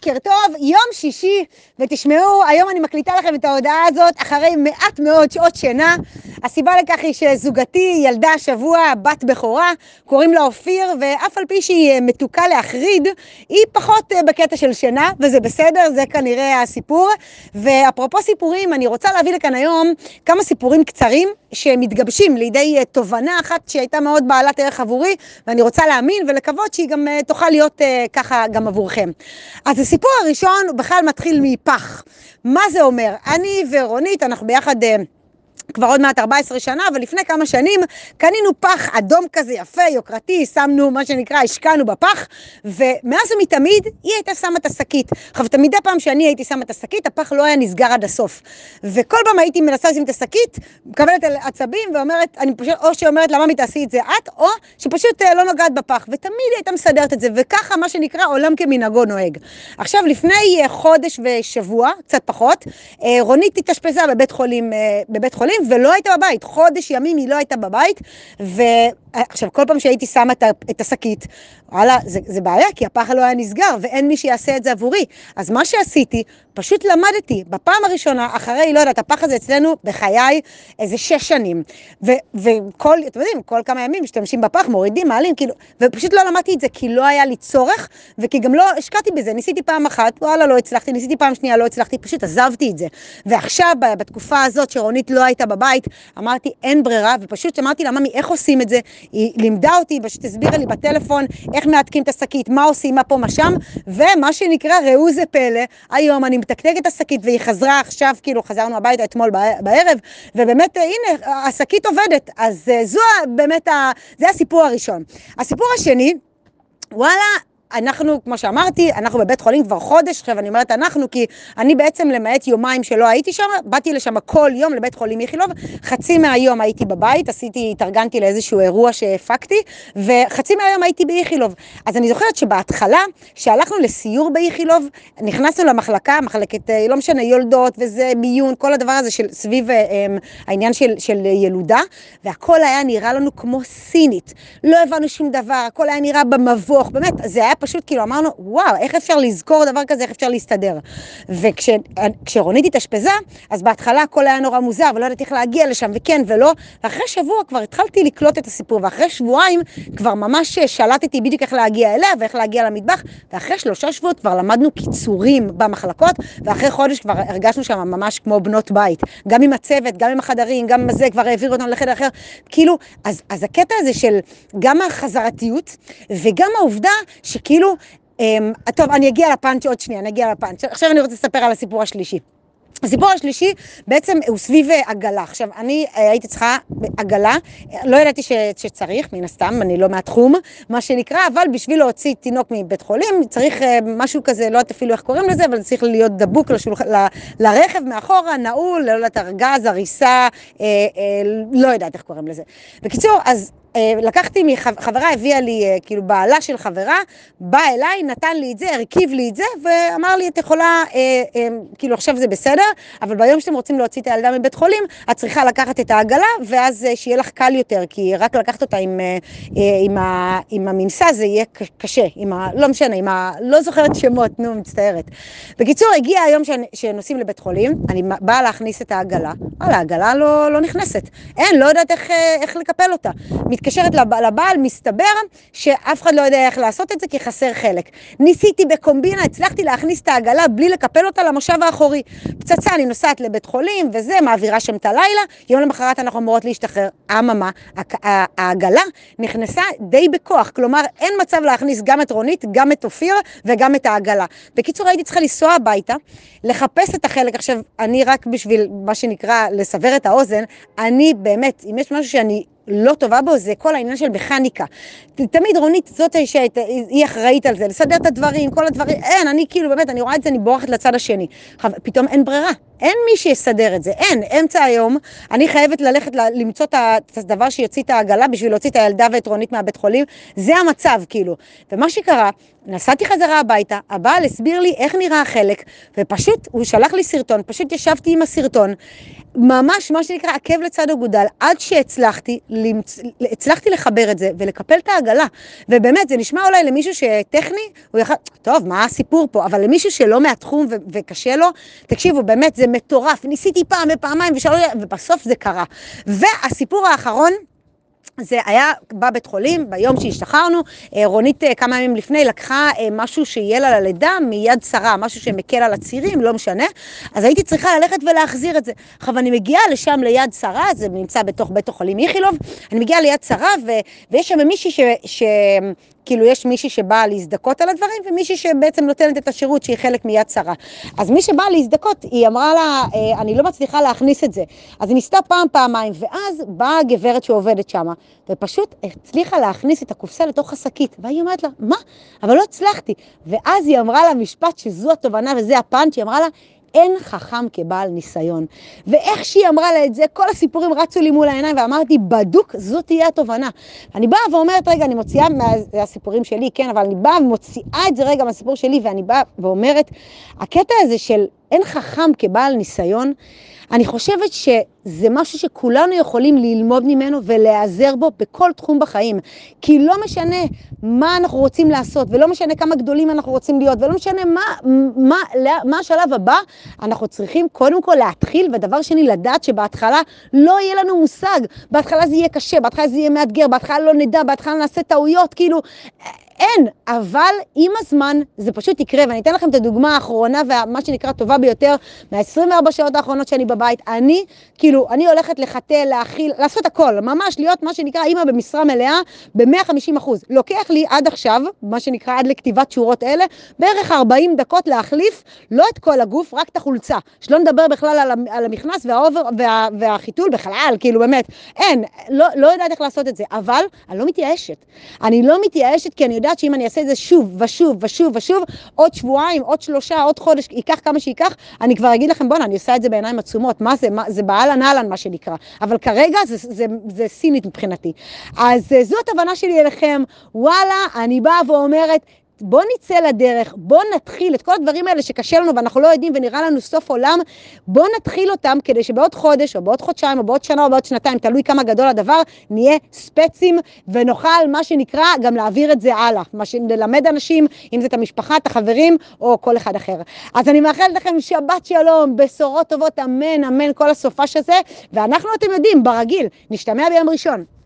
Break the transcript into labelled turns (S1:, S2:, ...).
S1: בוקר טוב, יום שישי, ותשמעו, היום אני מקליטה לכם את ההודעה הזאת אחרי מעט מאוד שעות שינה. הסיבה לכך היא שזוגתי ילדה השבוע בת בכורה, קוראים לה אופיר, ואף על פי שהיא מתוקה להחריד, היא פחות בקטע של שינה, וזה בסדר, זה כנראה הסיפור. ואפרופו סיפורים, אני רוצה להביא לכאן היום כמה סיפורים קצרים שמתגבשים לידי תובנה אחת שהייתה מאוד בעלת ערך עבורי, ואני רוצה להאמין ולקוות שהיא גם תוכל להיות ככה גם עבורכם. אז הסיפור הראשון בכלל מתחיל מפח. מה זה אומר? אני ורונית, אנחנו ביחד כבר עוד מעט 14 שנה, אבל לפני כמה שנים קנינו פח אדום כזה יפה, יוקרתי, שמנו מה שנקרא, השקענו בפח, ומאז ומתמיד היא הייתה שמה את השקית. עכשיו, תמידי פעם שאני הייתי שמה את השקית, הפח לא היה נסגר עד הסוף. וכל פעם הייתי מנסה לשים את השקית, מקבלת עצבים ואומרת, או שאומרת למה תעשי את זה את, או שפשוט לא נוגעת בפח. ותמיד היא הייתה מסדרת את זה, וככה מה שנקרא עולם כמנהגו נוהג. עכשיו, לפני חודש ושבוע, קצת פחות, רונית התאשפזה בבית חולים, ולא הייתה בבית, חודש ימים היא לא הייתה בבית, ועכשיו כל פעם שהייתי שמה את השקית, וואלה, זה בעיה, כי הפח לא היה נסגר, ואין מי שיעשה את זה עבורי. אז מה שעשיתי, פשוט למדתי, בפעם הראשונה, אחרי, לא יודעת, הפח הזה אצלנו בחיי איזה 6 שנים, וכל, אתם יודעים, כל כמה ימים משתמשים בפח, מורידים, מעלים, כאילו, ופשוט לא למדתי את זה, כי לא היה לי צורך, וכי גם לא השקעתי בזה, ניסיתי פעם אחת, וואלה, לא הצלחתי, ניסיתי פעם שנייה, לא הצלחתי, פשוט עזבתי את זה. ועכשיו, בתקופה הזאת שרונית לא הייתה בבית, אמרתי, אין ברירה, ופשוט אמרתי לה, ממי, איך עושים את זה? היא לימדה אותי, פשוט הסבירה לי בטלפון, איך מעתקים את השקית, מה עושים, מה פה, מה שם, ומה שנקרא, ראו זה פלא, היום אני מתקתק את השקית, והיא חזרה עכשיו, כאילו חזרנו הביתה אתמול בערב, ובאמת, הנה, השקית עובדת, אז זו באמת, זה הסיפור הראשון. הסיפור השני, וואלה, אנחנו, כמו שאמרתי, אנחנו בבית חולים כבר חודש, עכשיו אני אומרת אנחנו, כי אני בעצם למעט יומיים שלא הייתי שם, באתי לשם כל יום לבית חולים איכילוב, חצי מהיום הייתי בבית, התארגנתי לאיזשהו אירוע שהפקתי, וחצי מהיום הייתי באיכילוב. אז אני זוכרת שבהתחלה, שהלכנו לסיור באיכילוב, נכנסנו למחלקה, מחלקת, לא משנה, יולדות וזה מיון, כל הדבר הזה של סביב העניין של ילודה, והכל היה נראה לנו כמו סינית. לא הבנו שום דבר, הכל היה נראה במבוך, באמת, זה היה פשוט כאילו אמרנו, וואו, איך אפשר לזכור דבר כזה, איך אפשר להסתדר? וכשרונית התאשפזה, אז בהתחלה הכל היה נורא מוזר, ולא ידעתי איך להגיע לשם, וכן ולא, ואחרי שבוע כבר התחלתי לקלוט את הסיפור, ואחרי שבועיים כבר ממש שלטתי בדיוק איך להגיע אליה, ואיך להגיע למטבח, ואחרי 3 שבועות כבר למדנו קיצורים במחלקות, ואחרי חודש כבר הרגשנו שם ממש כמו בנות בית, גם עם הצוות, גם עם החדרים, גם עם זה, כבר העביר אותנו לחדר אחר, כאילו, אז הקטע הזה של גם החזרתיות, וגם העובדה שכאילו, טוב, אני אגיע לפאנץ' עוד שנייה, עכשיו אני רוצה לספר על הסיפור השלישי. הסיפור השלישי בעצם הוא סביב עגלה. עכשיו, אני הייתי צריכה עגלה, לא ידעתי שצריך, מן הסתם, אני לא מהתחום, מה שנקרא, אבל בשביל להוציא תינוק מבית חולים, צריך משהו כזה, לא יודעת אפילו איך קוראים לזה, אבל צריך להיות דבוק לרכב מאחורה, נעול, לא יודעת, ארגז, הריסה, לא יודעת איך קוראים לזה. בקיצור, אז לקחתי מחברה, הביאה לי, כאילו בעלה של חברה, בא אליי, נתן לי את זה, הרכיב לי את זה, ואמר לי, את יכולה, כאילו עכשיו זה בסדר, אבל ביום שאתם רוצים להוציא את הילדה מבית חולים, את צריכה לקחת את העגלה, ואז שיהיה לך קל יותר, כי רק לקחת אותה עם הממסע, זה יהיה קשה, לא משנה, לא זוכרת שמות, נו, מצטערת. בקיצור, הגיע היום שנוסעים לבית חולים, אני באה להכניס את העגלה, העגלה לא נכנסת, אין, לא יודעת איך לקפל אותה. מתקשרת לבעל, מסתבר שאף אחד לא יודע איך לעשות את זה, כי חסר חלק. ניסיתי בקומבינה, הצלחתי להכניס את העגלה בלי לקפל אותה למושב האחורי. פצצה, אני נוסעת לבית חולים וזה, מעבירה שם את הלילה, יום למחרת אנחנו אמורות להשתחרר. אממה, העגלה נכנסה די בכוח, כלומר אין מצב להכניס גם את רונית, גם את אופיר וגם את העגלה. בקיצור, הייתי צריכה לנסוע הביתה, לחפש את החלק. עכשיו, אני רק בשביל מה שנקרא לסבר את האוזן, אני באמת, אם יש משהו שאני לא טובה בו, זה כל העניין של מכניקה. תמיד רונית זאת שהיא אחראית על זה, לסדר את הדברים, כל הדברים, אין, אני כאילו באמת, אני רואה את זה, אני בורחת לצד השני. פתאום אין ברירה, אין מי שיסדר את זה, אין, אמצע היום, אני חייבת ללכת למצוא את הדבר שיוציא את העגלה, בשביל להוציא את הילדה ואת רונית מהבית חולים, זה המצב, כאילו. ומה שקרה, נסעתי חזרה הביתה, הבעל הסביר לי איך נראה החלק, ופשוט, הוא שלח לי סרטון, פשוט ישבתי עם הסרטון, ממש, מה שנקרא, עקב לצד אגודל, עד שהצלחתי לחבר את זה, ולקפל את העגלה. ובאמת, זה נשמע אולי למישהו שטכני, הוא יכל, טוב, מה הסיפור פה? אבל למישהו שלא מהתחום וקשה לו, תקשיבו, באמת, זה מטורף. ניסיתי פעם ופעמיים ובסוף זה קרה. והסיפור האחרון, זה היה בבית חולים, ביום שהשתחררנו, רונית כמה ימים לפני לקחה משהו שיהיה לה ללידה מיד שרה, משהו שמקל על הצירים, לא משנה, אז הייתי צריכה ללכת ולהחזיר את זה. עכשיו אני מגיעה לשם ליד שרה, זה נמצא בתוך בית החולים איכילוב, אני מגיעה ליד שרה ויש שם מישהי כאילו יש מישהי שבאה להזדקות על הדברים, ומישהי שבעצם נותנת את השירות שהיא חלק מיד שרה. אז מי שבאה להזדקות, היא אמרה לה, אני לא מצליחה להכניס את זה. אז היא ניסתה פעמיים, ואז באה גברת שעובדת שם, ופשוט הצליחה להכניס את הקופסה לתוך השקית. והיא אומרת לה, מה? אבל לא הצלחתי. ואז היא אמרה לה משפט שזו התובנה וזה הפאנץ', היא אמרה לה, אין חכם כבעל ניסיון. ואיך שהיא אמרה לה את זה, כל הסיפורים רצו לי מול העיניים, ואמרתי, בדוק, זאת תהיה התובנה. אני באה ואומרת, רגע, אני מוציאה מהסיפורים שלי, כן, אבל אני באה ומוציאה את זה רגע מהסיפור שלי, ואני באה ואומרת, הקטע הזה של אין חכם כבעל ניסיון, אני חושבת שזה משהו שכולנו יכולים ללמוד ממנו ולהיעזר בו בכל תחום בחיים. כי לא משנה מה אנחנו רוצים לעשות, ולא משנה כמה גדולים אנחנו רוצים להיות, ולא משנה מה השלב הבא, אנחנו צריכים קודם כל להתחיל, ודבר שני לדעת שבהתחלה לא יהיה לנו מושג. בהתחלה זה יהיה קשה, בהתחלה זה יהיה מאתגר, בהתחלה לא נדע, בהתחלה נעשה טעויות, כאילו אין, אבל עם הזמן זה פשוט יקרה, ואני אתן לכם את הדוגמה האחרונה, ומה שנקרא טובה ביותר, מה-24 שעות האחרונות שאני בבית, אני הולכת לחתל, להאכיל, לעשות הכל, ממש להיות מה שנקרא אימא במשרה מלאה, ב-150%. לוקח לי עד עכשיו, מה שנקרא עד לכתיבת שורות אלה, בערך 40 דקות להחליף, לא את כל הגוף, רק את החולצה, שלא נדבר בכלל על המכנס והחיתול בכלל, כאילו באמת, אין, לא יודעת איך לעשות את זה, אבל אני לא מתייאשת. אני לא מתייאשת כי אני יודעת שאם אני אעשה את זה שוב ושוב ושוב ושוב, עוד שבועיים, עוד 3, עוד חודש, ייקח כמה שייקח, אני כבר אגיד לכם, בוא'נה, אני עושה את זה בעיניים עצומות, מה זה? זה באהלן אהלן מה שנקרא, אבל כרגע זה סינית מבחינתי. אז זו התובנה שלי אליכם, וואלה, אני באה ואומרת, בוא נצא לדרך, בוא נתחיל את כל הדברים האלה שקשה לנו ואנחנו לא יודעים ונראה לנו סוף עולם, בוא נתחיל אותם כדי שבעוד חודש או בעוד חודשיים או בעוד שנה או בעוד שנתיים, תלוי כמה גדול הדבר, נהיה ספצים ונוכל מה שנקרא גם להעביר את זה הלאה, ללמד אנשים, אם זה את המשפחה, את החברים או כל אחד אחר. אז אני מאחלת לכם שבת שלום, בשורות טובות, אמן, אמן, כל הסופש הזה, ואנחנו אתם יודעים, ברגיל, נשתמע ביום ראשון.